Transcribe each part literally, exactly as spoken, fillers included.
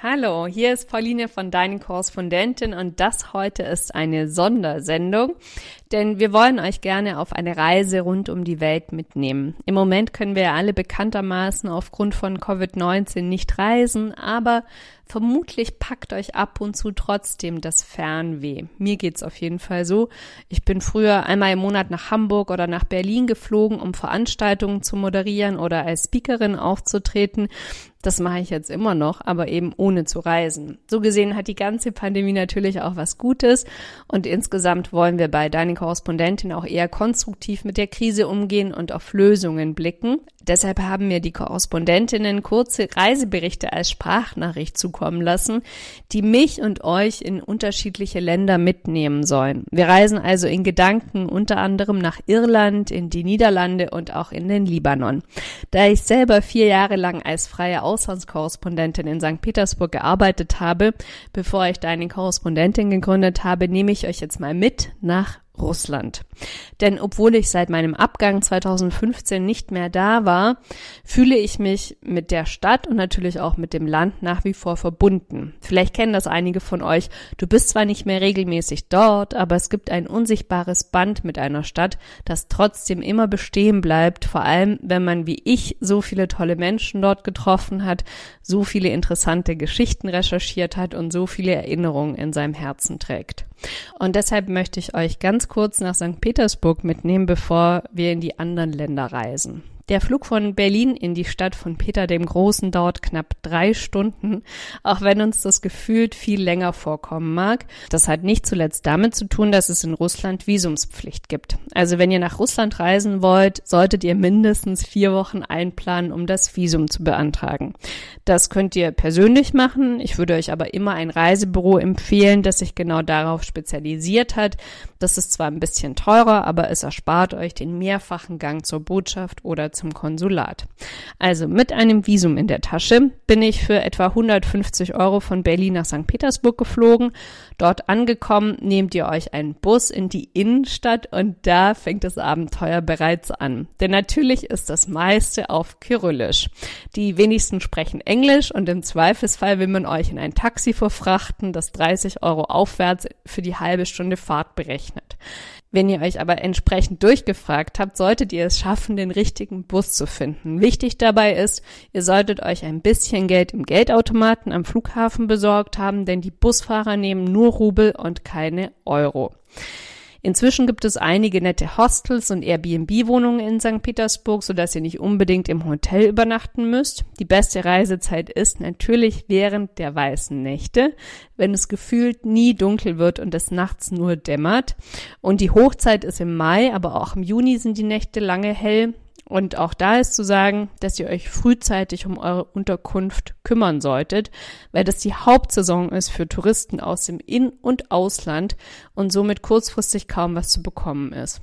Hallo, hier ist Pauline von Deine Korrespondentin und das heute ist eine Sondersendung, denn wir wollen euch gerne auf eine Reise rund um die Welt mitnehmen. Im Moment können wir ja alle bekanntermaßen aufgrund von Covid neunzehn nicht reisen, aber vermutlich packt euch ab und zu trotzdem das Fernweh. Mir geht's auf jeden Fall so. Ich bin früher einmal im Monat nach Hamburg oder nach Berlin geflogen, um Veranstaltungen zu moderieren oder als Speakerin aufzutreten. Das mache ich jetzt immer noch, aber eben ohne zu reisen. So gesehen hat die ganze Pandemie natürlich auch was Gutes und insgesamt wollen wir bei Deine Korrespondentin auch eher konstruktiv mit der Krise umgehen und auf Lösungen blicken. Deshalb haben mir die Korrespondentinnen kurze Reiseberichte als Sprachnachricht zukommen lassen, die mich und euch in unterschiedliche Länder mitnehmen sollen. Wir reisen also in Gedanken unter anderem nach Irland, in die Niederlande und auch in den Libanon. Da ich selber vier Jahre lang als freie Auslandskorrespondentin in Sankt Petersburg gearbeitet habe, bevor ich Deine Korrespondentin gegründet habe, nehme ich euch jetzt mal mit nach Russland. Denn obwohl ich seit meinem Abgang zweitausendfünfzehn nicht mehr da war, fühle ich mich mit der Stadt und natürlich auch mit dem Land nach wie vor verbunden. Vielleicht kennen das einige von euch. Du bist zwar nicht mehr regelmäßig dort, aber es gibt ein unsichtbares Band mit einer Stadt, das trotzdem immer bestehen bleibt, vor allem wenn man wie ich so viele tolle Menschen dort getroffen hat, so viele interessante Geschichten recherchiert hat und so viele Erinnerungen in seinem Herzen trägt. Und deshalb möchte ich euch ganz kurz nach Sankt Petersburg mitnehmen, bevor wir in die anderen Länder reisen. Der Flug von Berlin in die Stadt von Peter dem Großen dauert knapp drei Stunden, auch wenn uns das gefühlt viel länger vorkommen mag. Das hat nicht zuletzt damit zu tun, dass es in Russland Visumspflicht gibt. Also wenn ihr nach Russland reisen wollt, solltet ihr mindestens vier Wochen einplanen, um das Visum zu beantragen. Das könnt ihr persönlich machen. Ich würde euch aber immer ein Reisebüro empfehlen, das sich genau darauf spezialisiert hat. Das ist zwar ein bisschen teurer, aber es erspart euch den mehrfachen Gang zur Botschaft oder zum Konsulat. Also mit einem Visum in der Tasche bin ich für etwa hundertfünfzig Euro von Berlin nach Sankt Petersburg geflogen. Dort angekommen, nehmt ihr euch einen Bus in die Innenstadt und da fängt das Abenteuer bereits an. Denn natürlich ist das meiste auf Kyrillisch. Die wenigsten sprechen Englisch und im Zweifelsfall will man euch in ein Taxi verfrachten, das dreißig Euro aufwärts für die halbe Stunde Fahrt berechnet. Wenn ihr euch aber entsprechend durchgefragt habt, solltet ihr es schaffen, den richtigen Bus zu finden. Wichtig dabei ist, ihr solltet euch ein bisschen Geld im Geldautomaten am Flughafen besorgt haben, denn die Busfahrer nehmen nur Rubel und keine Euro. Inzwischen gibt es einige nette Hostels und Airbnb-Wohnungen in Sankt Petersburg, sodass ihr nicht unbedingt im Hotel übernachten müsst. Die beste Reisezeit ist natürlich während der weißen Nächte, wenn es gefühlt nie dunkel wird und es nachts nur dämmert. Und die Hochzeit ist im Mai, aber auch im Juni sind die Nächte lange hell. Und auch da ist zu sagen, dass ihr euch frühzeitig um eure Unterkunft kümmern solltet, weil das die Hauptsaison ist für Touristen aus dem In- und Ausland und somit kurzfristig kaum was zu bekommen ist.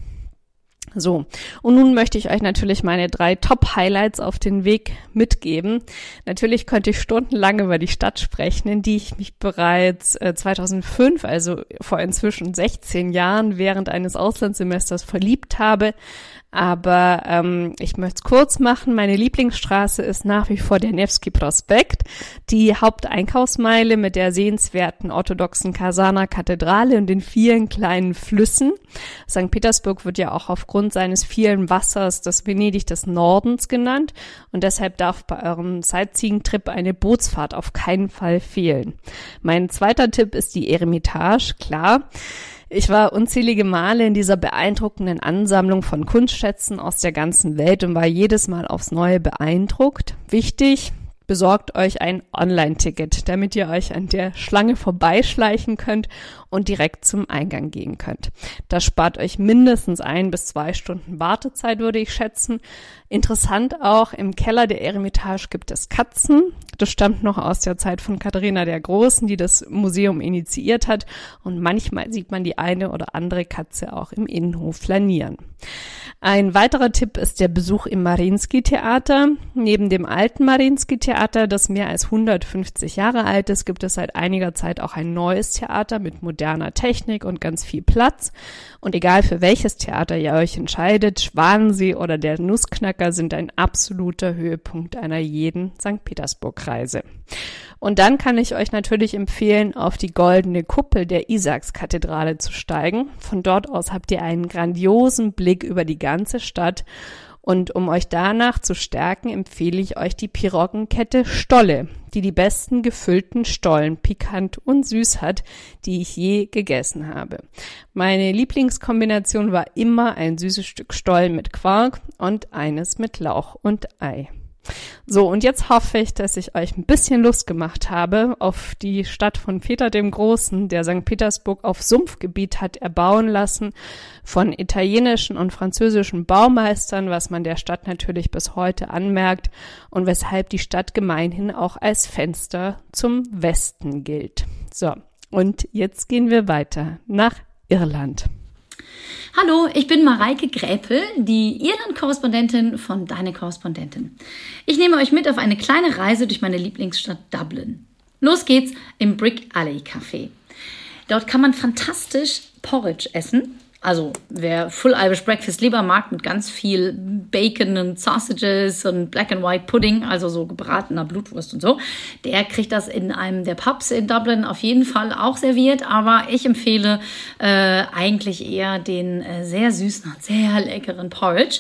So, und nun möchte ich euch natürlich meine drei Top-Highlights auf den Weg mitgeben. Natürlich könnte ich stundenlang über die Stadt sprechen, in die ich mich bereits äh, zweitausendfünf, also vor inzwischen sechzehn Jahren, während eines Auslandssemesters verliebt habe. Aber ähm, ich möchte es kurz machen. Meine Lieblingsstraße ist nach wie vor der Nevsky Prospekt, die Haupteinkaufsmeile mit der sehenswerten orthodoxen Kasaner Kathedrale und den vielen kleinen Flüssen. Sankt Petersburg wird ja auch aufgrund seines vielen Wassers das Venedig des Nordens genannt und deshalb darf bei eurem Sightseeing-Trip eine Bootsfahrt auf keinen Fall fehlen. Mein zweiter Tipp ist die Eremitage, klar. Ich war unzählige Male in dieser beeindruckenden Ansammlung von Kunstschätzen aus der ganzen Welt und war jedes Mal aufs Neue beeindruckt. Wichtig, besorgt euch ein Online-Ticket, damit ihr euch an der Schlange vorbeischleichen könnt und direkt zum Eingang gehen könnt. Das spart euch mindestens ein bis zwei Stunden Wartezeit, würde ich schätzen. Interessant auch, im Keller der Eremitage gibt es Katzen. Das stammt noch aus der Zeit von Katharina der Großen, die das Museum initiiert hat. Und manchmal sieht man die eine oder andere Katze auch im Innenhof flanieren. Ein weiterer Tipp ist der Besuch im Mariinsky-Theater. Neben dem alten Mariinsky-Theater Theater, das mehr als hundertfünfzig Jahre alt ist, gibt es seit einiger Zeit auch ein neues Theater mit moderner Technik und ganz viel Platz. Und egal für welches Theater ihr euch entscheidet, Schwanensee oder der Nussknacker sind ein absoluter Höhepunkt einer jeden Sankt Petersburg-Reise. Und dann kann ich euch natürlich empfehlen, auf die goldene Kuppel der Isaakskathedrale zu steigen. Von dort aus habt ihr einen grandiosen Blick über die ganze Stadt. Und um euch danach zu stärken, empfehle ich euch die Piroggenkette Stolle, die die besten gefüllten Stollen pikant und süß hat, die ich je gegessen habe. Meine Lieblingskombination war immer ein süßes Stück Stollen mit Quark und eines mit Lauch und Ei. So, und jetzt hoffe ich, dass ich euch ein bisschen Lust gemacht habe auf die Stadt von Peter dem Großen, der Sankt Petersburg auf Sumpfgebiet hat erbauen lassen von italienischen und französischen Baumeistern, was man der Stadt natürlich bis heute anmerkt und weshalb die Stadt gemeinhin auch als Fenster zum Westen gilt. So, und jetzt gehen wir weiter nach Irland. Hallo, ich bin Mareike Gräpel, die Irland-Korrespondentin von Deine Korrespondentin. Ich nehme euch mit auf eine kleine Reise durch meine Lieblingsstadt Dublin. Los geht's im Brick Alley Café. Dort kann man fantastisch Porridge essen. Also wer Full Irish Breakfast lieber mag mit ganz viel Bacon und Sausages und Black and White Pudding, also so gebratener Blutwurst und so, der kriegt das in einem der Pubs in Dublin auf jeden Fall auch serviert. Aber ich empfehle äh, eigentlich eher den äh, sehr süßen und sehr leckeren Porridge.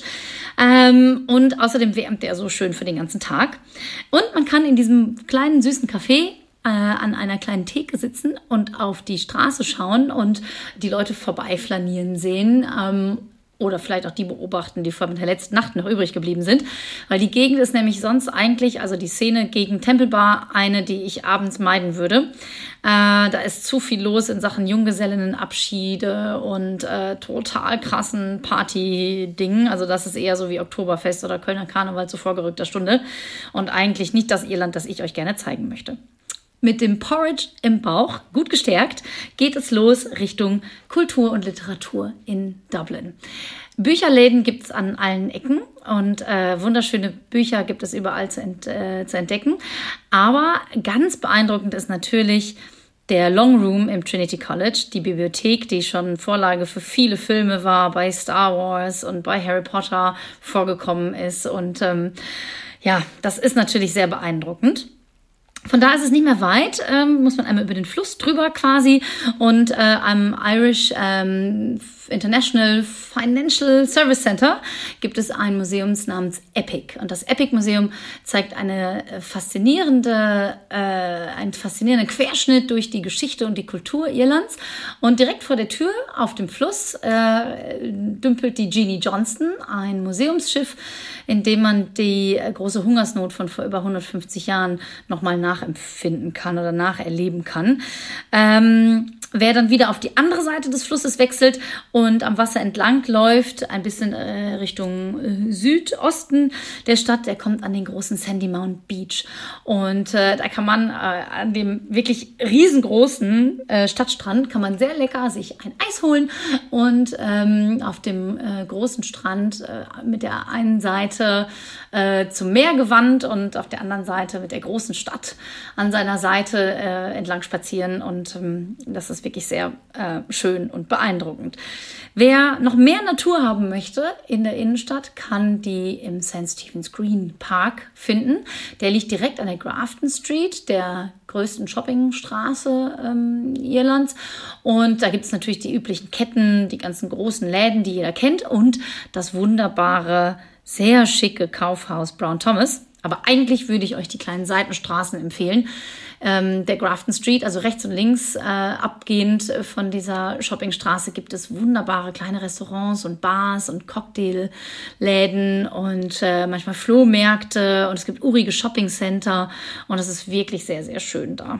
Ähm, und außerdem wärmt der so schön für den ganzen Tag. Und man kann in diesem kleinen süßen Café an einer kleinen Theke sitzen und auf die Straße schauen und die Leute vorbeiflanieren sehen ähm, oder vielleicht auch die beobachten, die vor der letzten Nacht noch übrig geblieben sind, weil die Gegend ist nämlich sonst eigentlich, also die Szene gegen Temple Bar, eine, die ich abends meiden würde. Äh, da ist zu viel los in Sachen Junggesellinnenabschiede und äh, total krassen Party-Dingen. Also das ist eher so wie Oktoberfest oder Kölner Karneval zu vorgerückter Stunde und eigentlich nicht das Irland, das ich euch gerne zeigen möchte. Mit dem Porridge im Bauch, gut gestärkt, geht es los Richtung Kultur und Literatur in Dublin. Bücherläden gibt es an allen Ecken und äh, wunderschöne Bücher gibt es überall zu, ent, äh, zu entdecken. Aber ganz beeindruckend ist natürlich der Long Room im Trinity College, die Bibliothek, die schon Vorlage für viele Filme war, bei Star Wars und bei Harry Potter vorgekommen ist. Und ähm, ja, das ist natürlich sehr beeindruckend. Von da ist es nicht mehr weit, ähm, muss man einmal über den Fluss drüber quasi und äh, am Irish ähm, International Financial Service Center gibt es ein Museum namens EPIC. Und das EPIC Museum zeigt eine faszinierende, äh, einen faszinierenden Querschnitt durch die Geschichte und die Kultur Irlands. Und direkt vor der Tür auf dem Fluss äh, dümpelt die Jeanie Johnston, ein Museumsschiff, in dem man die große Hungersnot von vor über hundertfünfzig Jahren nochmal nachempfinden kann oder nacherleben kann. Ähm, Wer dann wieder auf die andere Seite des Flusses wechselt und am Wasser entlang läuft, ein bisschen äh, Richtung äh, Südosten der Stadt, der kommt an den großen Sandymount Beach. Und äh, da kann man äh, an dem wirklich riesengroßen äh, Stadtstrand kann man sehr lecker sich ein Eis holen und ähm, auf dem äh, großen Strand äh, mit der einen Seite äh, zum Meer gewandt und auf der anderen Seite mit der großen Stadt an seiner Seite äh, entlang spazieren. Und ähm, das ist wirklich sehr äh, schön und beeindruckend. Wer noch mehr Natur haben möchte in der Innenstadt, kann die im Saint Stephen's Green Park finden. Der liegt direkt an der Grafton Street, der größten Shoppingstraße ähm, Irlands. Und da gibt es natürlich die üblichen Ketten, die ganzen großen Läden, die jeder kennt und das wunderbare, sehr schicke Kaufhaus Brown Thomas. Aber eigentlich würde ich euch die kleinen Seitenstraßen empfehlen. Ähm, der Grafton Street, also rechts und links äh, abgehend von dieser Shoppingstraße, gibt es wunderbare kleine Restaurants und Bars und Cocktailläden und äh, manchmal Flohmärkte und es gibt urige Shoppingcenter und es ist wirklich sehr, sehr schön da.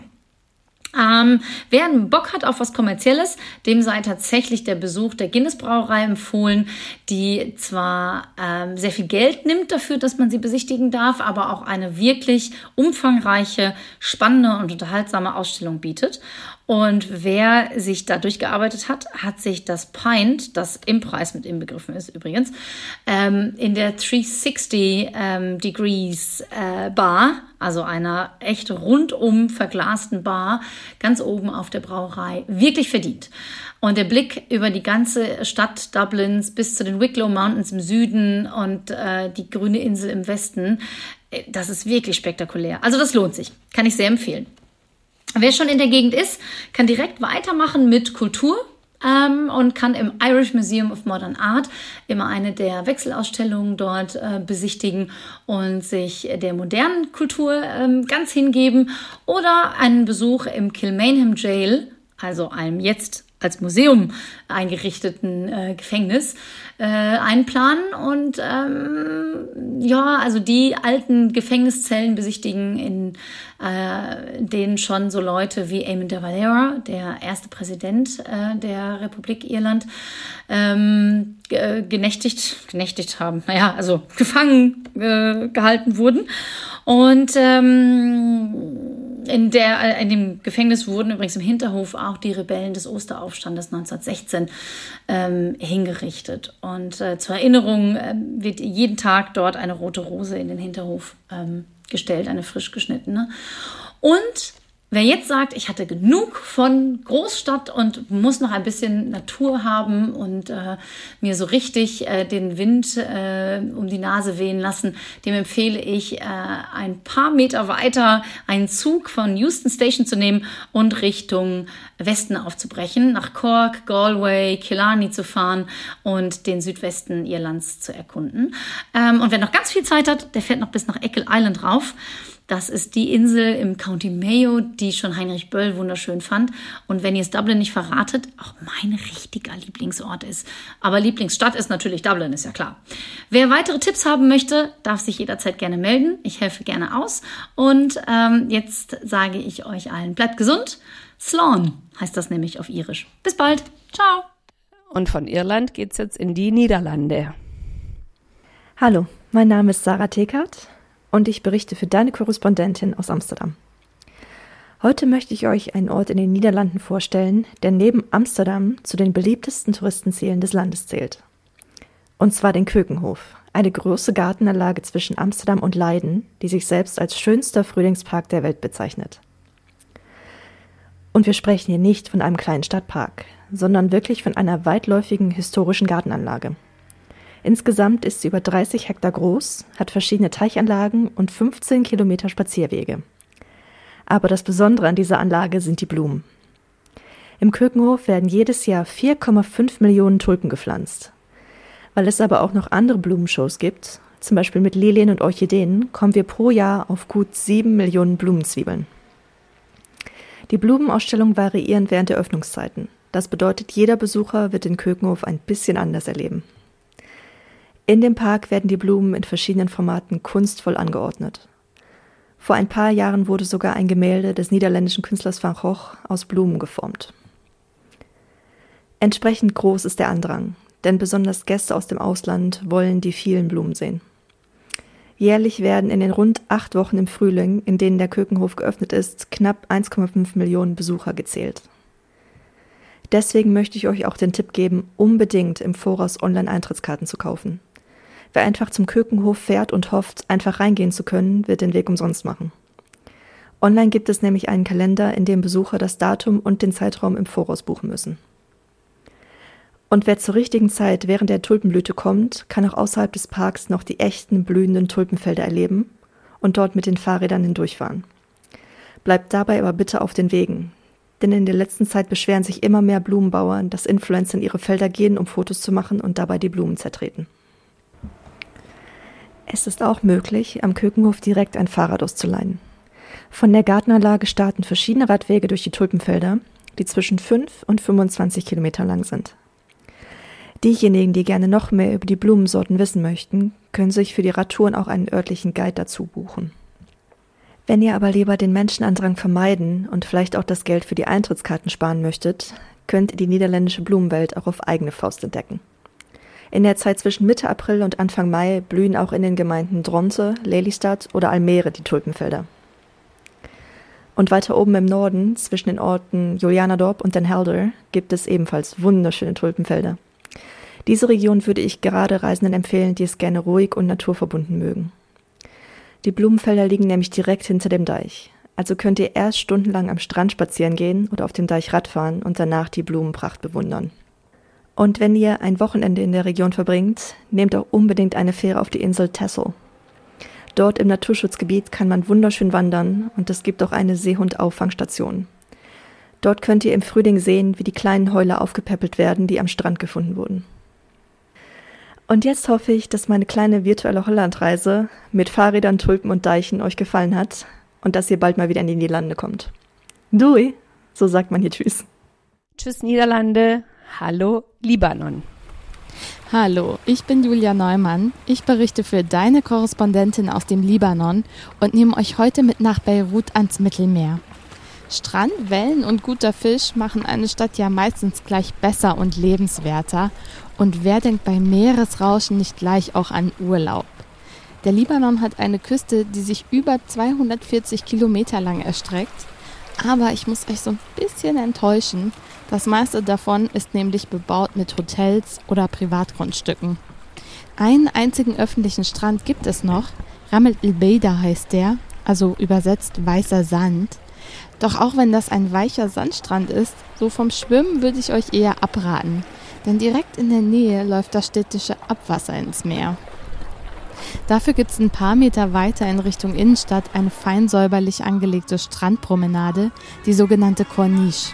Ähm, wer einen Bock hat auf was Kommerzielles, dem sei tatsächlich der Besuch der Guinness Brauerei empfohlen, die zwar ähm, sehr viel Geld nimmt dafür, dass man sie besichtigen darf, aber auch eine wirklich umfangreiche, spannende und unterhaltsame Ausstellung bietet. Und wer sich da durchgearbeitet hat, hat sich das Pint, das im Preis mit inbegriffen ist übrigens, ähm, in der dreihundertsechzig ähm, Degrees äh, Bar, also einer echt rundum verglasten Bar, ganz oben auf der Brauerei, wirklich verdient. Und der Blick über die ganze Stadt Dublins bis zu den Wicklow Mountains im Süden und äh, die grüne Insel im Westen, das ist wirklich spektakulär. Also das lohnt sich, kann ich sehr empfehlen. Wer schon in der Gegend ist, kann direkt weitermachen mit Kultur ähm, und kann im Irish Museum of Modern Art immer eine der Wechselausstellungen dort äh, besichtigen und sich der modernen Kultur ähm, ganz hingeben oder einen Besuch im Kilmainham Jail, also einem jetzt als Museum eingerichteten äh, Gefängnis äh, einplanen und ähm, ja, also die alten Gefängniszellen besichtigen, in äh, denen schon so Leute wie Eamon de Valera, der erste Präsident äh, der Republik Irland, ähm, g- genächtigt, genächtigt haben, naja, also gefangen äh, gehalten wurden. Und ähm, in, der, in dem Gefängnis wurden übrigens im Hinterhof auch die Rebellen des Osteraufstandes neunzehnhundertsechzehn ähm, hingerichtet. Und äh, zur Erinnerung äh, wird jeden Tag dort eine rote Rose in den Hinterhof ähm, gestellt, eine frisch geschnittene. Und wer jetzt sagt, ich hatte genug von Großstadt und muss noch ein bisschen Natur haben und äh, mir so richtig äh, den Wind äh, um die Nase wehen lassen, dem empfehle ich, äh, ein paar Meter weiter einen Zug von Euston Station zu nehmen und Richtung Westen aufzubrechen, nach Cork, Galway, Killarney zu fahren und den Südwesten Irlands zu erkunden. Ähm, und wer noch ganz viel Zeit hat, der fährt noch bis nach Eckle Island rauf. Das ist die Insel im County Mayo, die schon Heinrich Böll wunderschön fand. Und wenn ihr es Dublin nicht verratet, auch mein richtiger Lieblingsort ist. Aber Lieblingsstadt ist natürlich Dublin, ist ja klar. Wer weitere Tipps haben möchte, darf sich jederzeit gerne melden. Ich helfe gerne aus. Und ähm, jetzt sage ich euch allen, bleibt gesund. Slán heißt das nämlich auf Irisch. Bis bald. Ciao. Und von Irland geht's jetzt in die Niederlande. Hallo, mein Name ist Sarah Tekert. Und ich berichte für deine Korrespondentin aus Amsterdam. Heute möchte ich euch einen Ort in den Niederlanden vorstellen, der neben Amsterdam zu den beliebtesten Touristenzielen des Landes zählt. Und zwar den Keukenhof, eine große Gartenanlage zwischen Amsterdam und Leiden, die sich selbst als schönster Frühlingspark der Welt bezeichnet. Und wir sprechen hier nicht von einem kleinen Stadtpark, sondern wirklich von einer weitläufigen historischen Gartenanlage. Insgesamt ist sie über dreißig Hektar groß, hat verschiedene Teichanlagen und fünfzehn Kilometer Spazierwege. Aber das Besondere an dieser Anlage sind die Blumen. Im Keukenhof werden jedes Jahr vier Komma fünf Millionen Tulpen gepflanzt. Weil es aber auch noch andere Blumenshows gibt, zum Beispiel mit Lilien und Orchideen, kommen wir pro Jahr auf gut sieben Millionen Blumenzwiebeln. Die Blumenausstellungen variieren während der Öffnungszeiten. Das bedeutet, jeder Besucher wird den Keukenhof ein bisschen anders erleben. In dem Park werden die Blumen in verschiedenen Formaten kunstvoll angeordnet. Vor ein paar Jahren wurde sogar ein Gemälde des niederländischen Künstlers Van Gogh aus Blumen geformt. Entsprechend groß ist der Andrang, denn besonders Gäste aus dem Ausland wollen die vielen Blumen sehen. Jährlich werden in den rund acht Wochen im Frühling, in denen der Keukenhof geöffnet ist, knapp eins Komma fünf Millionen Besucher gezählt. Deswegen möchte ich euch auch den Tipp geben, unbedingt im Voraus Online-Eintrittskarten zu kaufen. Wer einfach zum Keukenhof fährt und hofft, einfach reingehen zu können, wird den Weg umsonst machen. Online gibt es nämlich einen Kalender, in dem Besucher das Datum und den Zeitraum im Voraus buchen müssen. Und wer zur richtigen Zeit während der Tulpenblüte kommt, kann auch außerhalb des Parks noch die echten blühenden Tulpenfelder erleben und dort mit den Fahrrädern hindurchfahren. Bleibt dabei aber bitte auf den Wegen, denn in der letzten Zeit beschweren sich immer mehr Blumenbauern, dass Influencer in ihre Felder gehen, um Fotos zu machen und dabei die Blumen zertreten. Es ist auch möglich, am Keukenhof direkt ein Fahrrad auszuleihen. Von der Gartenanlage starten verschiedene Radwege durch die Tulpenfelder, die zwischen fünf und fünfundzwanzig Kilometer lang sind. Diejenigen, die gerne noch mehr über die Blumensorten wissen möchten, können sich für die Radtouren auch einen örtlichen Guide dazu buchen. Wenn ihr aber lieber den Menschenandrang vermeiden und vielleicht auch das Geld für die Eintrittskarten sparen möchtet, könnt ihr die niederländische Blumenwelt auch auf eigene Faust entdecken. In der Zeit zwischen Mitte April und Anfang Mai blühen auch in den Gemeinden Dronte, Lelystad oder Almere die Tulpenfelder. Und weiter oben im Norden, zwischen den Orten Julianadorp und Den Helder, gibt es ebenfalls wunderschöne Tulpenfelder. Diese Region würde ich gerade Reisenden empfehlen, die es gerne ruhig und naturverbunden mögen. Die Blumenfelder liegen nämlich direkt hinter dem Deich. Also könnt ihr erst stundenlang am Strand spazieren gehen oder auf dem Deich Radfahren und danach die Blumenpracht bewundern. Und wenn ihr ein Wochenende in der Region verbringt, nehmt auch unbedingt eine Fähre auf die Insel Texel. Dort im Naturschutzgebiet kann man wunderschön wandern und es gibt auch eine Seehund-Auffangstation. Dort könnt ihr im Frühling sehen, wie die kleinen Häuler aufgepäppelt werden, die am Strand gefunden wurden. Und jetzt hoffe ich, dass meine kleine virtuelle Hollandreise mit Fahrrädern, Tulpen und Deichen euch gefallen hat und dass ihr bald mal wieder in die Niederlande kommt. Doei, so sagt man hier Tschüss. Tschüss Niederlande, hallo Libanon. Hallo, ich bin Julia Neumann. Ich berichte für deine Korrespondentin aus dem Libanon und nehme euch heute mit nach Beirut ans Mittelmeer. Strand, Wellen und guter Fisch machen eine Stadt ja meistens gleich besser und lebenswerter. Und wer denkt beim Meeresrauschen nicht gleich auch an Urlaub? Der Libanon hat eine Küste, die sich über zweihundertvierzig Kilometer lang erstreckt. Aber ich muss euch so ein bisschen enttäuschen. Das meiste davon ist nämlich bebaut mit Hotels oder Privatgrundstücken. Einen einzigen öffentlichen Strand gibt es noch. Ramed El Beida heißt der, also übersetzt weißer Sand. Doch auch wenn das ein weicher Sandstrand ist, so vom Schwimmen würde ich euch eher abraten. Denn direkt in der Nähe läuft das städtische Abwasser ins Meer. Dafür gibt es ein paar Meter weiter in Richtung Innenstadt eine fein säuberlich angelegte Strandpromenade, die sogenannte Corniche.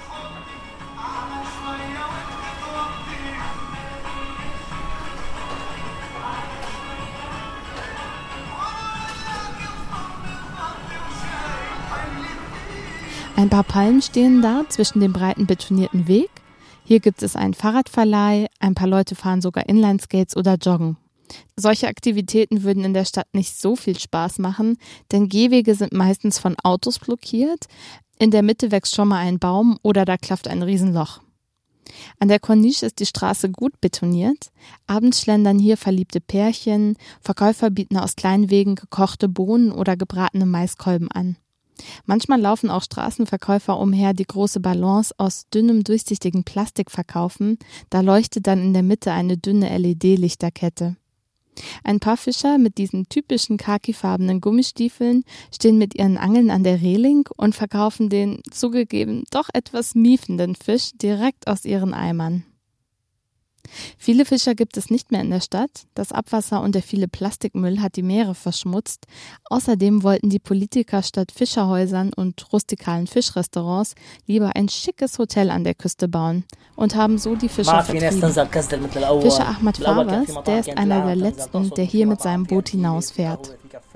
Ein paar Palmen stehen da zwischen dem breiten betonierten Weg. Hier gibt es einen Fahrradverleih, ein paar Leute fahren sogar Inlineskates oder joggen. Solche Aktivitäten würden in der Stadt nicht so viel Spaß machen, denn Gehwege sind meistens von Autos blockiert, in der Mitte wächst schon mal ein Baum oder da klafft ein Riesenloch. An der Corniche ist die Straße gut betoniert, abends schlendern hier verliebte Pärchen, Verkäufer bieten aus kleinen Wegen gekochte Bohnen oder gebratene Maiskolben an. Manchmal laufen auch Straßenverkäufer umher, die große Ballons aus dünnem, durchsichtigem Plastik verkaufen, da leuchtet dann in der Mitte eine dünne L E D-Lichterkette. Ein paar Fischer mit diesen typischen khakifarbenen Gummistiefeln stehen mit ihren Angeln an der Reling und verkaufen den zugegeben doch etwas miefenden Fisch direkt aus ihren Eimern. Viele Fischer gibt es nicht mehr in der Stadt. Das Abwasser und der viele Plastikmüll hat die Meere verschmutzt. Außerdem wollten die Politiker statt Fischerhäusern und rustikalen Fischrestaurants lieber ein schickes Hotel an der Küste bauen und haben so die Fischer vertrieben. Fischer Ahmad Fawaz, der ist einer der letzten, der hier mit seinem Boot hinausfährt.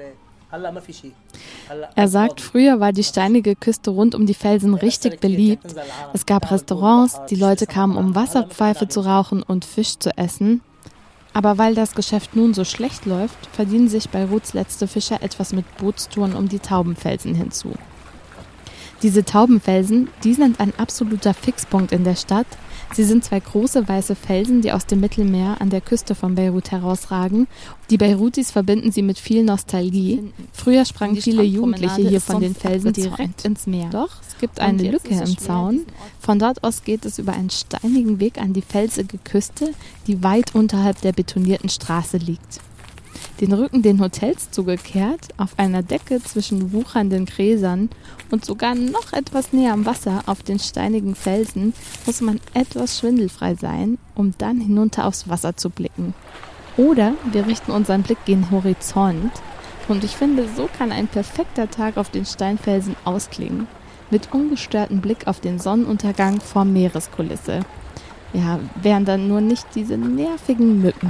Er sagt, früher war die steinige Küste rund um die Felsen richtig beliebt. Es gab Restaurants, die Leute kamen, um Wasserpfeife zu rauchen und Fisch zu essen. Aber weil das Geschäft nun so schlecht läuft, verdienen sich Beiruts letzte Fischer etwas mit Bootstouren um die Taubenfelsen hinzu. Diese Taubenfelsen, die sind ein absoluter Fixpunkt in der Stadt. Sie sind zwei große weiße Felsen, die aus dem Mittelmeer an der Küste von Beirut herausragen. Die Beirutis verbinden sie mit viel Nostalgie. Früher sprangen viele Jugendliche hier von den Felsen direkt ins Meer. Doch es gibt eine Lücke im Zaun. Von dort aus geht es über einen steinigen Weg an die felsige Küste, die weit unterhalb der betonierten Straße liegt. Den Rücken den Hotels zugekehrt, auf einer Decke zwischen wuchernden Gräsern und sogar noch etwas näher am Wasser auf den steinigen Felsen, muss man etwas schwindelfrei sein, um dann hinunter aufs Wasser zu blicken. Oder wir richten unseren Blick gen Horizont und ich finde, so kann ein perfekter Tag auf den Steinfelsen ausklingen, mit ungestörtem Blick auf den Sonnenuntergang vor Meereskulisse. Ja, wären dann nur nicht diese nervigen Mücken.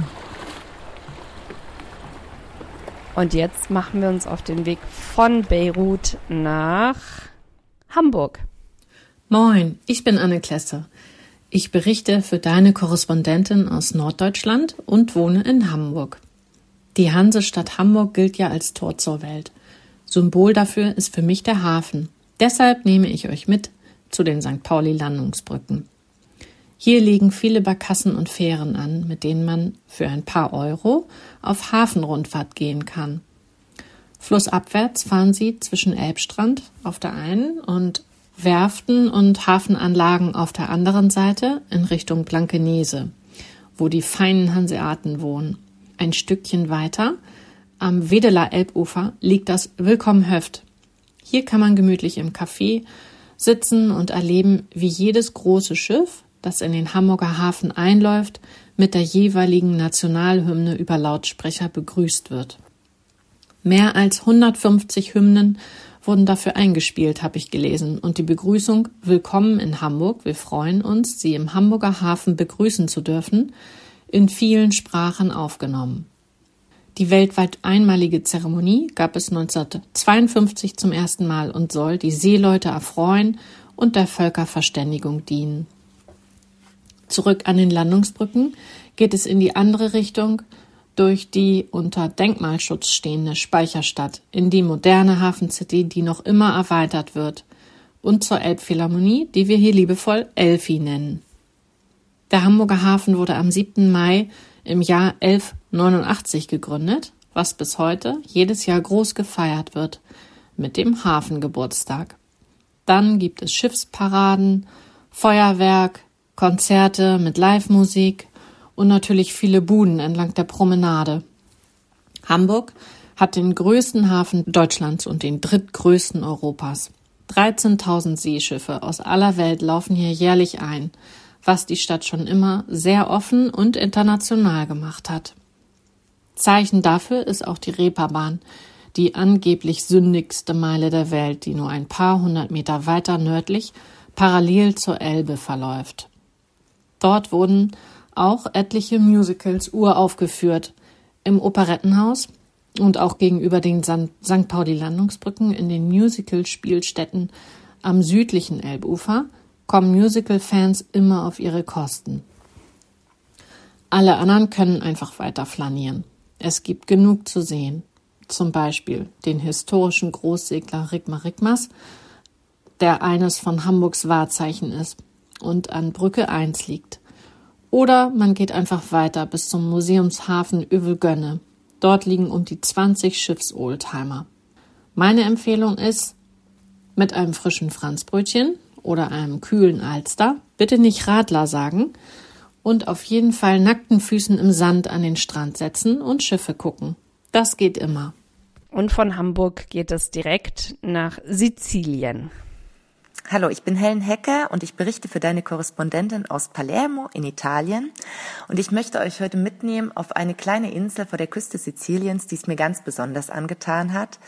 Und jetzt machen wir uns auf den Weg von Beirut nach Hamburg. Moin, ich bin Anne Klesse. Ich berichte für deine Korrespondentin aus Norddeutschland und wohne in Hamburg. Die Hansestadt Hamburg gilt ja als Tor zur Welt. Symbol dafür ist für mich der Hafen. Deshalb nehme ich euch mit zu den Sankt Pauli-Landungsbrücken. Hier liegen viele Barkassen und Fähren an, mit denen man für ein paar Euro auf Hafenrundfahrt gehen kann. Flussabwärts fahren sie zwischen Elbstrand auf der einen und Werften und Hafenanlagen auf der anderen Seite in Richtung Blankenese, wo die feinen Hanseaten wohnen. Ein Stückchen weiter, am Wedeler Elbufer, liegt das Willkommen Höft. Hier kann man gemütlich im Café sitzen und erleben, wie jedes große Schiff, das in den Hamburger Hafen einläuft, mit der jeweiligen Nationalhymne über Lautsprecher begrüßt wird. Mehr als hundertfünfzig Hymnen wurden dafür eingespielt, habe ich gelesen. Und die Begrüßung Willkommen in Hamburg, wir freuen uns, Sie im Hamburger Hafen begrüßen zu dürfen, in vielen Sprachen aufgenommen. Die weltweit einmalige Zeremonie gab es neunzehnhundertzweiundfünfzig zum ersten Mal und soll die Seeleute erfreuen und der Völkerverständigung dienen. Zurück an den Landungsbrücken geht es in die andere Richtung, durch die unter Denkmalschutz stehende Speicherstadt, in die moderne Hafencity, die noch immer erweitert wird, und zur Elbphilharmonie, die wir hier liebevoll Elfi nennen. Der Hamburger Hafen wurde am siebten Mai im Jahr elfhundertneunundachtzig gegründet, was bis heute jedes Jahr groß gefeiert wird, mit dem Hafengeburtstag. Dann gibt es Schiffsparaden, Feuerwerk, Konzerte mit Live-Musik und natürlich viele Buden entlang der Promenade. Hamburg hat den größten Hafen Deutschlands und den drittgrößten Europas. dreizehntausend Seeschiffe aus aller Welt laufen hier jährlich ein, was die Stadt schon immer sehr offen und international gemacht hat. Zeichen dafür ist auch die Reeperbahn, die angeblich sündigste Meile der Welt, die nur ein paar hundert Meter weiter nördlich parallel zur Elbe verläuft. Dort wurden auch etliche Musicals uraufgeführt, im Operettenhaus und auch gegenüber den Sankt Pauli-Landungsbrücken in den Musical-Spielstätten am südlichen Elbufer kommen Musical-Fans immer auf ihre Kosten. Alle anderen können einfach weiter flanieren. Es gibt genug zu sehen. Zum Beispiel den historischen Großsegler Rigmar Rigmas, der eines von Hamburgs Wahrzeichen ist und an Brücke eins liegt. Oder man geht einfach weiter bis zum Museumshafen Övelgönne. Dort liegen um die zwanzig Schiffsoldtimer. Meine Empfehlung ist, mit einem frischen Franzbrötchen oder einem kühlen Alster, bitte nicht Radler sagen, und auf jeden Fall nackten Füßen im Sand an den Strand setzen und Schiffe gucken. Das geht immer. Und von Hamburg geht es direkt nach Sizilien. Hallo, ich bin Helen Hecker und ich berichte für deine Korrespondentin aus Palermo in Italien. Und ich möchte euch heute mitnehmen auf eine kleine Insel vor der Küste Siziliens, die es mir ganz besonders angetan hat.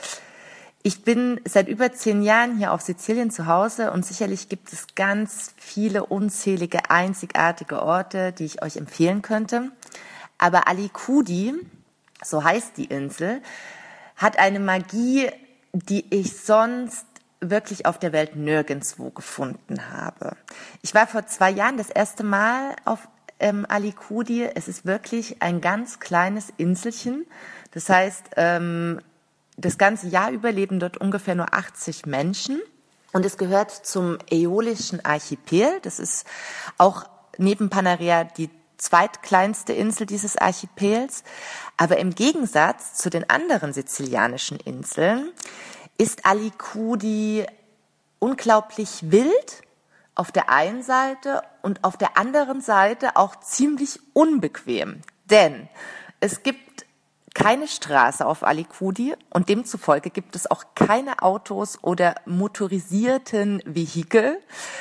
Ich bin seit über zehn Jahren hier auf Sizilien zu Hause und sicherlich gibt es ganz viele unzählige, einzigartige Orte, die ich euch empfehlen könnte. Aber Alicudi, so heißt die Insel, hat eine Magie, die ich sonst wirklich auf der Welt nirgendwo gefunden habe. Ich war vor zwei Jahren das erste Mal auf ähm, Alicudi. Es ist wirklich ein ganz kleines Inselchen. Das heißt, ähm, das ganze Jahr über leben dort ungefähr nur achtzig Menschen. Und es gehört zum Äolischen Archipel. Das ist auch neben Panarea die zweitkleinste Insel dieses Archipels. Aber im Gegensatz zu den anderen sizilianischen Inseln ist Alicudi unglaublich wild auf der einen Seite und auf der anderen Seite auch ziemlich unbequem. Denn es gibt keine Straße auf Alicudi und demzufolge gibt es auch keine Autos oder motorisierten Vehikel.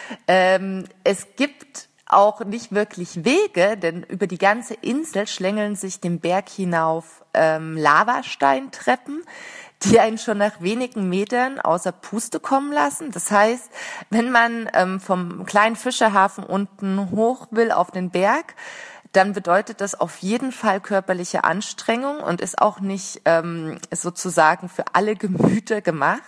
Ähm, es gibt auch nicht wirklich Wege, denn über die ganze Insel schlängeln sich den Berg hinauf ähm, Lavasteintreppen, die einen schon nach wenigen Metern außer Puste kommen lassen. Das heißt, wenn man ähm, vom kleinen Fischerhafen unten hoch will auf den Berg, dann bedeutet das auf jeden Fall körperliche Anstrengung und ist auch nicht ähm, sozusagen für alle Gemüter gemacht.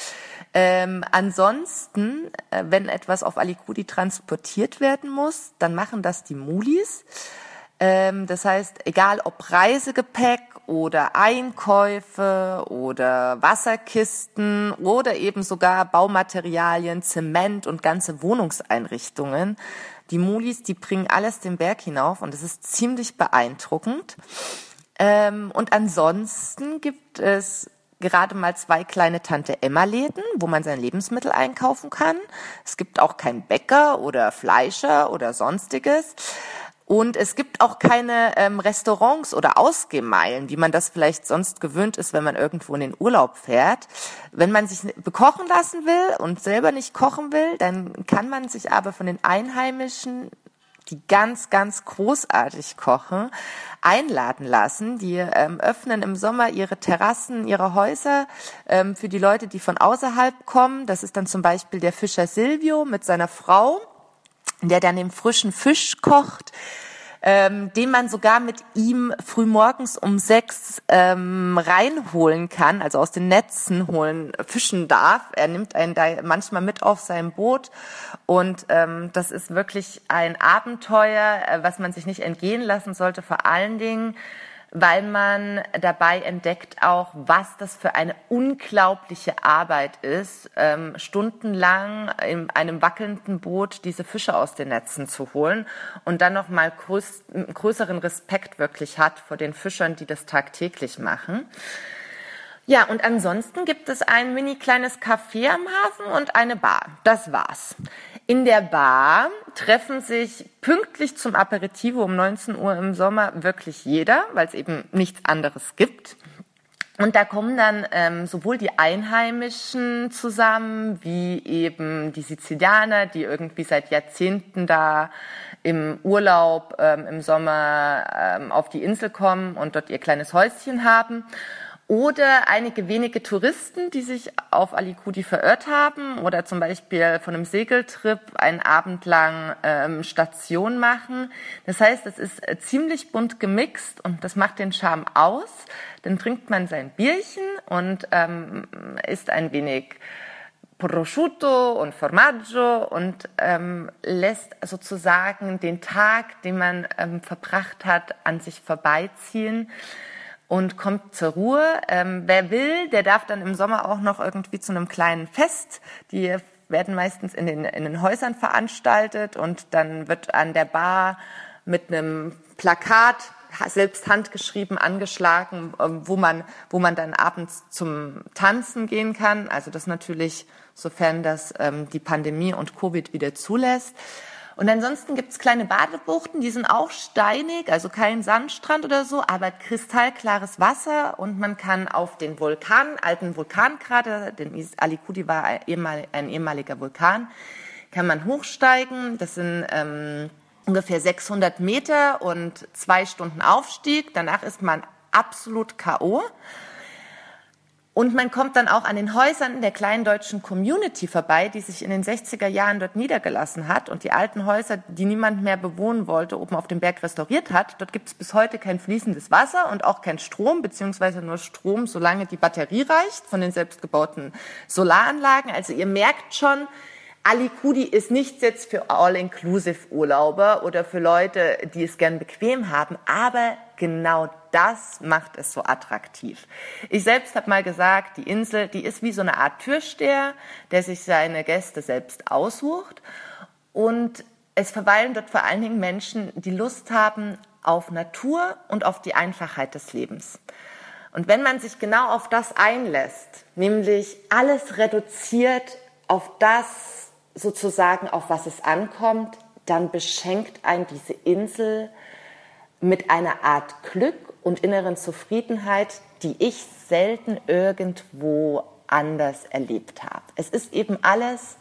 Ähm, ansonsten, äh, wenn etwas auf Alicudi transportiert werden muss, dann machen das die Mulis. Ähm, das heißt, egal ob Reisegepäck oder Einkäufe oder Wasserkisten oder eben sogar Baumaterialien, Zement und ganze Wohnungseinrichtungen. Die Mulis, die bringen alles den Berg hinauf und es ist ziemlich beeindruckend. Ähm, und ansonsten gibt es gerade mal zwei kleine Tante-Emma-Läden, wo man sein Lebensmittel einkaufen kann. Es gibt auch keinen Bäcker oder Fleischer oder sonstiges. Und es gibt auch keine ähm, Restaurants oder Ausgehmeilen, wie man das vielleicht sonst gewöhnt ist, wenn man irgendwo in den Urlaub fährt. Wenn man sich bekochen lassen will und selber nicht kochen will, dann kann man sich aber von den Einheimischen, die ganz, ganz großartig kochen, einladen lassen. Die ähm, öffnen im Sommer ihre Terrassen, ihre Häuser ähm, für die Leute, die von außerhalb kommen. Das ist dann zum Beispiel der Fischer Silvio mit seiner Frau, der dann den frischen Fisch kocht, ähm, den man sogar mit ihm frühmorgens um sechs ähm, reinholen kann, also aus den Netzen holen, fischen darf. Er nimmt einen da manchmal mit auf sein Boot und ähm, das ist wirklich ein Abenteuer, äh, was man sich nicht entgehen lassen sollte, vor allen Dingen, weil man dabei entdeckt auch, was das für eine unglaubliche Arbeit ist, ähm, stundenlang in einem wackelnden Boot diese Fische aus den Netzen zu holen und dann noch mal größ- größeren Respekt wirklich hat vor den Fischern, die das tagtäglich machen. Ja, und ansonsten gibt es ein mini kleines Café am Hafen und eine Bar. Das war's. In der Bar treffen sich pünktlich zum Aperitivo um neunzehn Uhr im Sommer wirklich jeder, weil es eben nichts anderes gibt. Und da kommen dann ähm, sowohl die Einheimischen zusammen, wie eben die Sizilianer, die irgendwie seit Jahrzehnten da im Urlaub ähm, im Sommer ähm, auf die Insel kommen und dort ihr kleines Häuschen haben. Oder einige wenige Touristen, die sich auf Alicudi verirrt haben oder zum Beispiel von einem Segeltrip einen Abend lang ähm, Station machen. Das heißt, es ist äh, ziemlich bunt gemixt und das macht den Charme aus. Dann trinkt man sein Bierchen und ähm, isst ein wenig Prosciutto und Formaggio und ähm, lässt sozusagen den Tag, den man ähm, verbracht hat, an sich vorbeiziehen. Und kommt zur Ruhe. Ähm, wer will, der darf dann im Sommer auch noch irgendwie zu einem kleinen Fest. Die werden meistens in den, in den Häusern veranstaltet und dann wird an der Bar mit einem Plakat, selbst handgeschrieben, angeschlagen, wo man, wo man dann abends zum Tanzen gehen kann. Also das natürlich, sofern das ähm, die Pandemie und Covid wieder zulässt. Und ansonsten gibt's kleine Badebuchten, die sind auch steinig, also kein Sandstrand oder so, aber kristallklares Wasser und man kann auf den Vulkan, alten Vulkankrater, denn Alicudi war ein, ehemal, ein ehemaliger Vulkan, kann man hochsteigen. Das sind ähm, ungefähr sechshundert Meter und zwei Stunden Aufstieg. Danach ist man absolut K O Und man kommt dann auch an den Häusern der kleinen deutschen Community vorbei, die sich in den sechziger Jahren dort niedergelassen hat und die alten Häuser, die niemand mehr bewohnen wollte, oben auf dem Berg restauriert hat. Dort gibt es bis heute kein fließendes Wasser und auch kein Strom, beziehungsweise nur Strom, solange die Batterie reicht von den selbstgebauten Solaranlagen. Also ihr merkt schon, Alicudi ist nichts jetzt für All-Inclusive-Urlauber oder für Leute, die es gern bequem haben, aber genau das macht es so attraktiv. Ich selbst habe mal gesagt, die Insel, die ist wie so eine Art Türsteher, der sich seine Gäste selbst aussucht. Und es verweilen dort vor allen Dingen Menschen, die Lust haben auf Natur und auf die Einfachheit des Lebens. Und wenn man sich genau auf das einlässt, nämlich alles reduziert auf das sozusagen, auf was es ankommt, dann beschenkt einen diese Insel mit einer Art Glück und inneren Zufriedenheit, die ich selten irgendwo anders erlebt habe. Es ist eben alles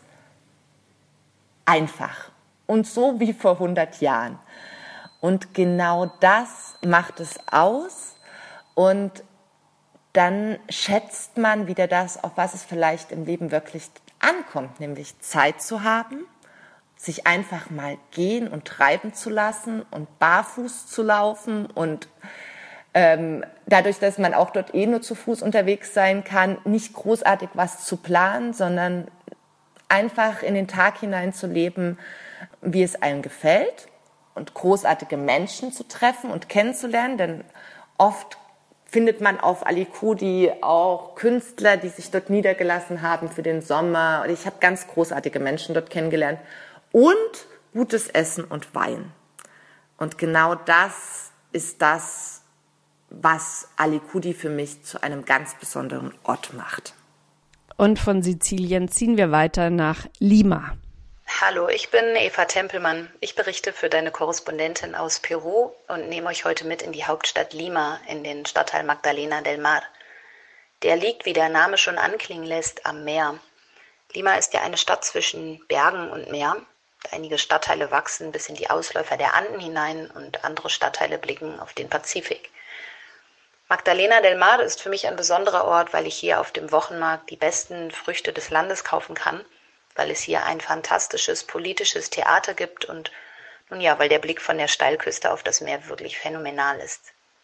einfach und so wie vor hundert Jahren. Und genau das macht es aus und dann schätzt man wieder das, auf was es vielleicht im Leben wirklich ankommt, nämlich Zeit zu haben, sich einfach mal gehen und treiben zu lassen und barfuß zu laufen und ähm, dadurch, dass man auch dort eh nur zu Fuß unterwegs sein kann, nicht großartig was zu planen, sondern einfach in den Tag hinein zu leben, wie es einem gefällt und großartige Menschen zu treffen und kennenzulernen, denn oft findet man auf Alicudi auch Künstler, die sich dort niedergelassen haben für den Sommer. Und ich habe ganz großartige Menschen dort kennengelernt. Und gutes Essen und Wein. Und genau das ist das, was Alicudi für mich zu einem ganz besonderen Ort macht. Und von Sizilien ziehen wir weiter nach Lima. Hallo, ich bin Eva Tempelmann. Ich berichte für deine Korrespondentin aus Peru und nehme euch heute mit in die Hauptstadt Lima, in den Stadtteil Magdalena del Mar. Der liegt, wie der Name schon anklingen lässt, am Meer. Lima ist ja eine Stadt zwischen Bergen und Meer. Einige Stadtteile wachsen bis in die Ausläufer der Anden hinein und andere Stadtteile blicken auf den Pazifik. Magdalena del Mar ist für mich ein besonderer Ort, weil ich hier auf dem Wochenmarkt die besten Früchte des Landes kaufen kann, weil es hier ein fantastisches politisches Theater gibt und nun ja, weil der Blick von der Steilküste auf das Meer wirklich phänomenal ist.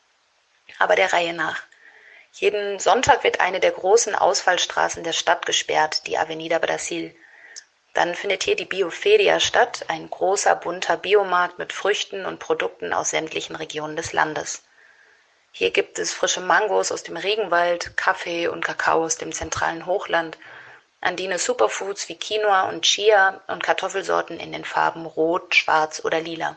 Aber der Reihe nach. Jeden Sonntag wird eine der großen Ausfallstraßen der Stadt gesperrt, die Avenida Brasil. Dann findet hier die Bioferia statt, ein großer, bunter Biomarkt mit Früchten und Produkten aus sämtlichen Regionen des Landes. Hier gibt es frische Mangos aus dem Regenwald, Kaffee und Kakao aus dem zentralen Hochland, andine Superfoods wie Quinoa und Chia und Kartoffelsorten in den Farben Rot, Schwarz oder Lila.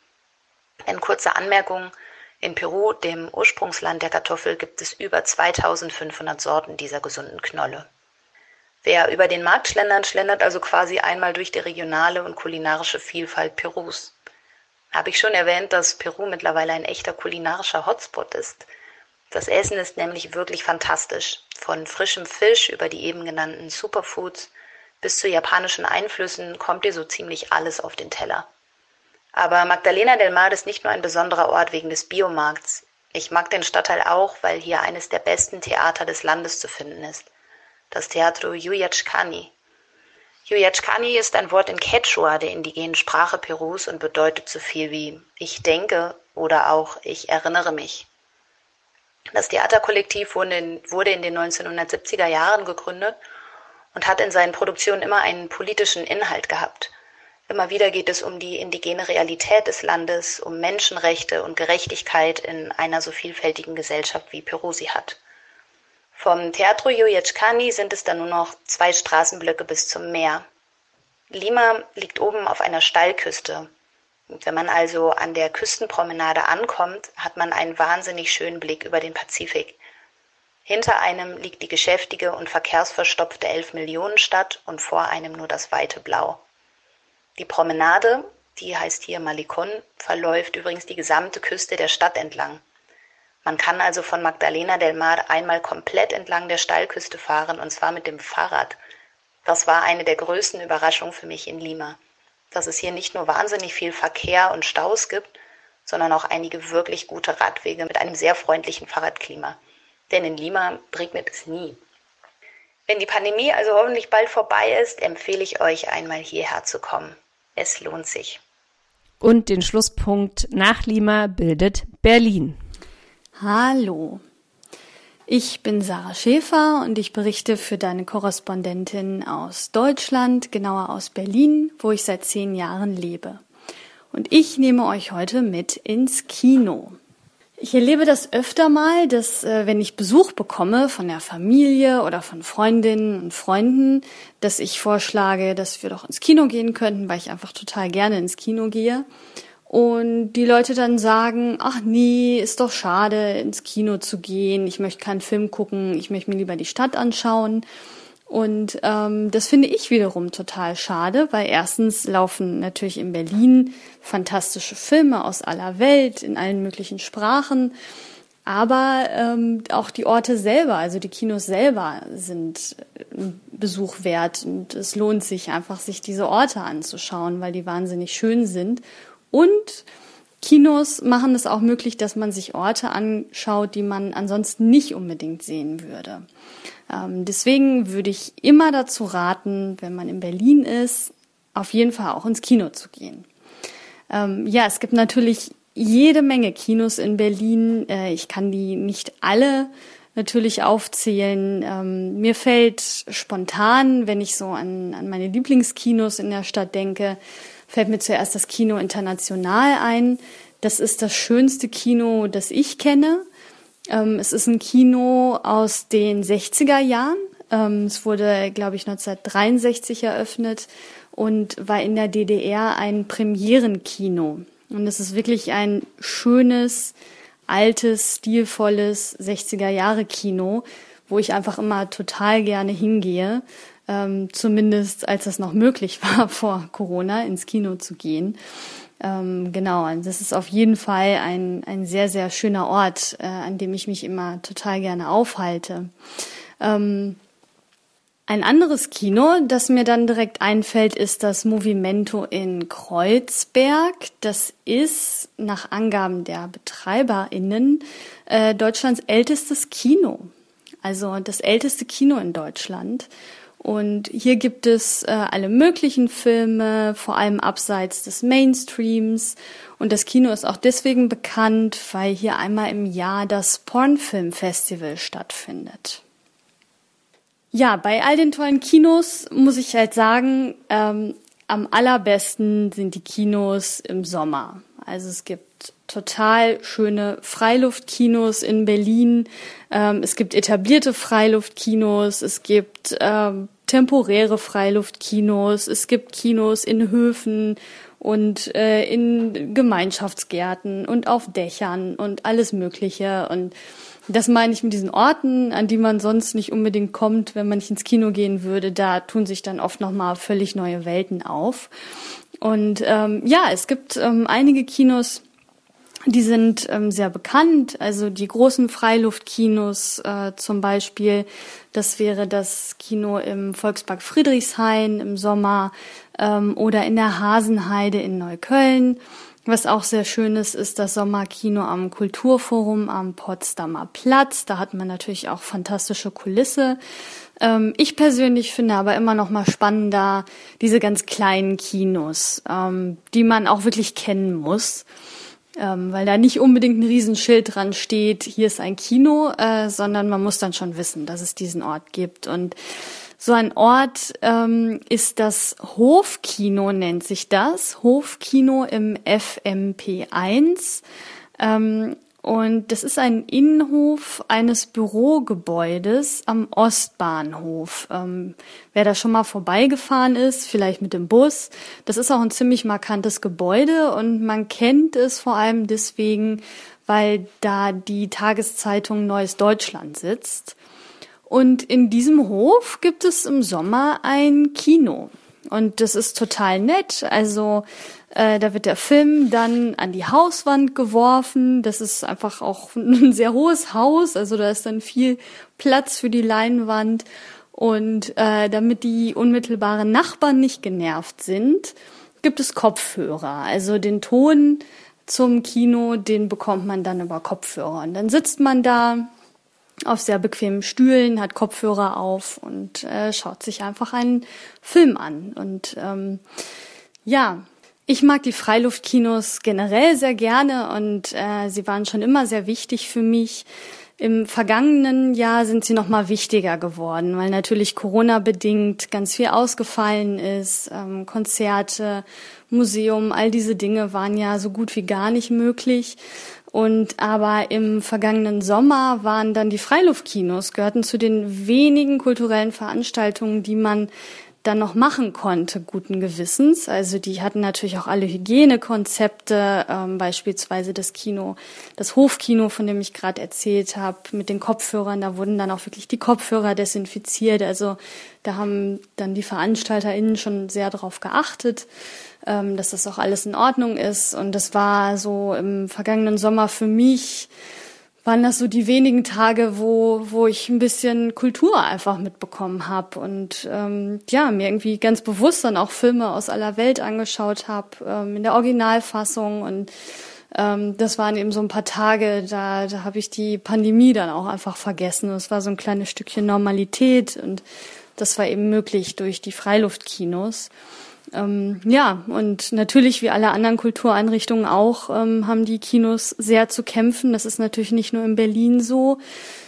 Eine kurze Anmerkung: In Peru, dem Ursprungsland der Kartoffel, gibt es über zweitausendfünfhundert Sorten dieser gesunden Knolle. Wer über den Markt schlendert, schlendert also quasi einmal durch die regionale und kulinarische Vielfalt Perus. Habe ich schon erwähnt, dass Peru mittlerweile ein echter kulinarischer Hotspot ist. Das Essen ist nämlich wirklich fantastisch. Von frischem Fisch über die eben genannten Superfoods bis zu japanischen Einflüssen kommt dir so ziemlich alles auf den Teller. Aber Magdalena del Mar ist nicht nur ein besonderer Ort wegen des Biomarkts. Ich mag den Stadtteil auch, weil hier eines der besten Theater des Landes zu finden ist. Das Teatro Yuyachkani. Yuyachkani ist ein Wort in Quechua, der indigenen Sprache Perus, und bedeutet so viel wie ich denke oder auch ich erinnere mich. Das Theaterkollektiv wurde in, wurde in den neunzehnhundertsiebziger Jahren gegründet und hat in seinen Produktionen immer einen politischen Inhalt gehabt. Immer wieder geht es um die indigene Realität des Landes, um Menschenrechte und Gerechtigkeit in einer so vielfältigen Gesellschaft, wie Peru sie hat. Vom Teatro Yuyachkani sind es dann nur noch zwei Straßenblöcke bis zum Meer. Lima liegt oben auf einer Steilküste. Wenn man also an der Küstenpromenade ankommt, hat man einen wahnsinnig schönen Blick über den Pazifik. Hinter einem liegt die geschäftige und verkehrsverstopfte Elf-Millionen-Stadt und vor einem nur das weite Blau. Die Promenade, die heißt hier Malecón, verläuft übrigens die gesamte Küste der Stadt entlang. Man kann also von Magdalena del Mar einmal komplett entlang der Steilküste fahren, und zwar mit dem Fahrrad. Das war eine der größten Überraschungen für mich in Lima, dass es hier nicht nur wahnsinnig viel Verkehr und Staus gibt, sondern auch einige wirklich gute Radwege mit einem sehr freundlichen Fahrradklima. Denn in Lima regnet es nie. Wenn die Pandemie also hoffentlich bald vorbei ist, empfehle ich euch, einmal hierher zu kommen. Es lohnt sich. Und den Schlusspunkt nach Lima bildet Berlin. Hallo, ich bin Sarah Schäfer und ich berichte für deine Korrespondentin aus Deutschland, genauer aus Berlin, wo ich seit zehn Jahren lebe. Und ich nehme euch heute mit ins Kino. Ich erlebe das öfter mal, dass äh, wenn ich Besuch bekomme von der Familie oder von Freundinnen und Freunden, dass ich vorschlage, dass wir doch ins Kino gehen könnten, weil ich einfach total gerne ins Kino gehe. Und die Leute dann sagen, ach nee, ist doch schade, ins Kino zu gehen. Ich möchte keinen Film gucken, ich möchte mir lieber die Stadt anschauen. Und ähm, das finde ich wiederum total schade, weil erstens laufen natürlich in Berlin fantastische Filme aus aller Welt, in allen möglichen Sprachen. Aber ähm, auch die Orte selber, also die Kinos selber, sind ein Besuch wert. Und es lohnt sich einfach, sich diese Orte anzuschauen, weil die wahnsinnig schön sind. Und Kinos machen es auch möglich, dass man sich Orte anschaut, die man ansonsten nicht unbedingt sehen würde. Ähm, deswegen würde ich immer dazu raten, wenn man in Berlin ist, auf jeden Fall auch ins Kino zu gehen. Ähm, ja, es gibt natürlich jede Menge Kinos in Berlin. Äh, ich kann die nicht alle natürlich aufzählen. Ähm, mir fällt spontan, wenn ich so an, an meine Lieblingskinos in der Stadt denke, fällt mir zuerst das Kino International ein. Das ist das schönste Kino, das ich kenne. Ähm, es ist ein Kino aus den sechziger Jahren. Ähm, es wurde, glaube ich, neunzehnhundertdreiundsechzig eröffnet und war in der D D R ein Premierenkino. Und es ist wirklich ein schönes, altes, stilvolles sechziger-Jahre-Kino, wo ich einfach immer total gerne hingehe, ähm, zumindest als das noch möglich war, vor Corona ins Kino zu gehen. Ähm, genau, also das ist auf jeden Fall ein, ein sehr, sehr schöner Ort, äh, an dem ich mich immer total gerne aufhalte. Ähm, Ein anderes Kino, das mir dann direkt einfällt, ist das Movimento in Kreuzberg. Das ist nach Angaben der BetreiberInnen äh, Deutschlands ältestes Kino. Also das älteste Kino in Deutschland. Und hier gibt es äh, alle möglichen Filme, vor allem abseits des Mainstreams. Und das Kino ist auch deswegen bekannt, weil hier einmal im Jahr das Pornfilmfestival stattfindet. Ja, bei all den tollen Kinos muss ich halt sagen, ähm, am allerbesten sind die Kinos im Sommer. Also es gibt total schöne Freiluftkinos in Berlin. Ähm, es gibt etablierte Freiluftkinos. Es gibt ähm, temporäre Freiluftkinos. Es gibt Kinos in Höfen und äh, in Gemeinschaftsgärten und auf Dächern und alles Mögliche. Und das meine ich mit diesen Orten, an die man sonst nicht unbedingt kommt, wenn man nicht ins Kino gehen würde. Da tun sich dann oft nochmal völlig neue Welten auf. Und ähm, ja, es gibt ähm, einige Kinos, die sind ähm, sehr bekannt. Also die großen Freiluftkinos äh, zum Beispiel, das wäre das Kino im Volkspark Friedrichshain im Sommer ähm, oder in der Hasenheide in Neukölln. Was auch sehr schön ist, ist das Sommerkino am Kulturforum am Potsdamer Platz. Da hat man natürlich auch fantastische Kulisse. Ähm, ich persönlich finde aber immer noch mal spannender diese ganz kleinen Kinos, ähm, die man auch wirklich kennen muss, ähm, weil da nicht unbedingt ein Riesenschild dran steht, hier ist ein Kino, äh, sondern man muss dann schon wissen, dass es diesen Ort gibt. Und so ein Ort ähm, ist das Hofkino, nennt sich das. Hofkino im F M P eins. Ähm, und das ist ein Innenhof eines Bürogebäudes am Ostbahnhof. Ähm, wer da schon mal vorbeigefahren ist, vielleicht mit dem Bus, das ist auch ein ziemlich markantes Gebäude und man kennt es vor allem deswegen, weil da die Tageszeitung Neues Deutschland sitzt. Und in diesem Hof gibt es im Sommer ein Kino. Und das ist total nett. Also äh, da wird der Film dann an die Hauswand geworfen. Das ist einfach auch ein sehr hohes Haus. Also da ist dann viel Platz für die Leinwand. Und äh, damit die unmittelbaren Nachbarn nicht genervt sind, gibt es Kopfhörer. Also den Ton zum Kino, den bekommt man dann über Kopfhörer. Und dann sitzt man da auf sehr bequemen Stühlen, hat Kopfhörer auf und äh, schaut sich einfach einen Film an. Und ähm, ja, ich mag die Freiluftkinos generell sehr gerne und äh, sie waren schon immer sehr wichtig für mich. Im vergangenen Jahr sind sie noch mal wichtiger geworden, weil natürlich Corona-bedingt ganz viel ausgefallen ist. Ähm, Konzerte, Museum, all diese Dinge waren ja so gut wie gar nicht möglich. Und aber im vergangenen Sommer waren dann die Freiluftkinos, gehörten zu den wenigen kulturellen Veranstaltungen, die man dann noch machen konnte, guten Gewissens. Also die hatten natürlich auch alle Hygienekonzepte, ähm, beispielsweise das Kino, das Hofkino, von dem ich gerade erzählt habe, mit den Kopfhörern. Da wurden dann auch wirklich die Kopfhörer desinfiziert. Also da haben dann die VeranstalterInnen schon sehr darauf geachtet, ähm, dass das auch alles in Ordnung ist. Und das war so im vergangenen Sommer für mich, waren das so die wenigen Tage, wo wo ich ein bisschen Kultur einfach mitbekommen habe und ähm, ja, mir irgendwie ganz bewusst dann auch Filme aus aller Welt angeschaut habe, ähm, in der Originalfassung. Und ähm, das waren eben so ein paar Tage, da da habe ich die Pandemie dann auch einfach vergessen. Es war so ein kleines Stückchen Normalität und das war eben möglich durch die Freiluftkinos. Ähm, ja, und natürlich wie alle anderen Kultureinrichtungen auch, ähm, haben die Kinos sehr zu kämpfen. Das ist natürlich nicht nur in Berlin so.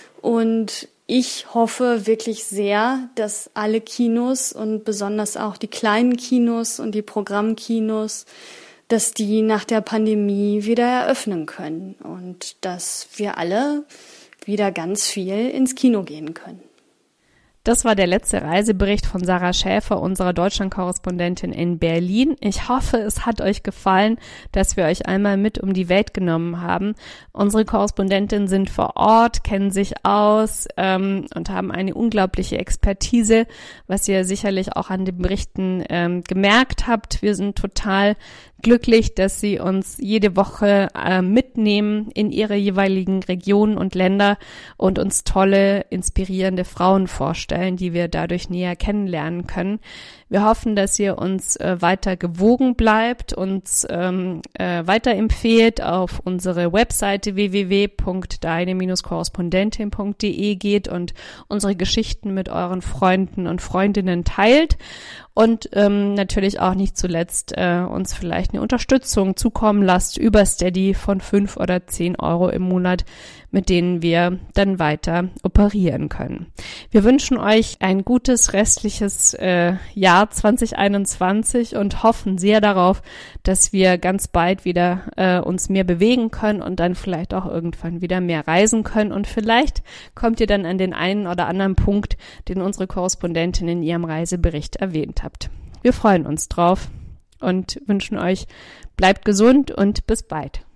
Und ich hoffe wirklich sehr, dass alle Kinos und besonders auch die kleinen Kinos und die Programmkinos, dass die nach der Pandemie wieder eröffnen können und dass wir alle wieder ganz viel ins Kino gehen können. Das war der letzte Reisebericht von Sarah Schäfer, unserer Deutschland-Korrespondentin in Berlin. Ich hoffe, es hat euch gefallen, dass wir euch einmal mit um die Welt genommen haben. Unsere Korrespondentinnen sind vor Ort, kennen sich aus ähm, und haben eine unglaubliche Expertise, was ihr sicherlich auch an den Berichten ähm, gemerkt habt. Wir sind total glücklich, dass sie uns jede Woche äh, mitnehmen in ihre jeweiligen Regionen und Länder und uns tolle, inspirierende Frauen vorstellen, die wir dadurch näher kennenlernen können. Wir hoffen, dass ihr uns äh, weiter gewogen bleibt, uns ähm, äh, weiterempfehlt, auf unsere Webseite w w w punkt deine Korrespondentin punkt d e geht und unsere Geschichten mit euren Freunden und Freundinnen teilt. Und ähm, natürlich auch nicht zuletzt äh, uns vielleicht eine Unterstützung zukommen lasst über Steady von fünf oder zehn Euro im Monat, mit denen wir dann weiter operieren können. Wir wünschen euch ein gutes restliches äh, Jahr zwanzig einundzwanzig und hoffen sehr darauf, dass wir ganz bald wieder äh, uns mehr bewegen können und dann vielleicht auch irgendwann wieder mehr reisen können. Und vielleicht kommt ihr dann an den einen oder anderen Punkt, den unsere Korrespondentin in ihrem Reisebericht erwähnt hat. Wir freuen uns drauf und wünschen euch, bleibt gesund und bis bald.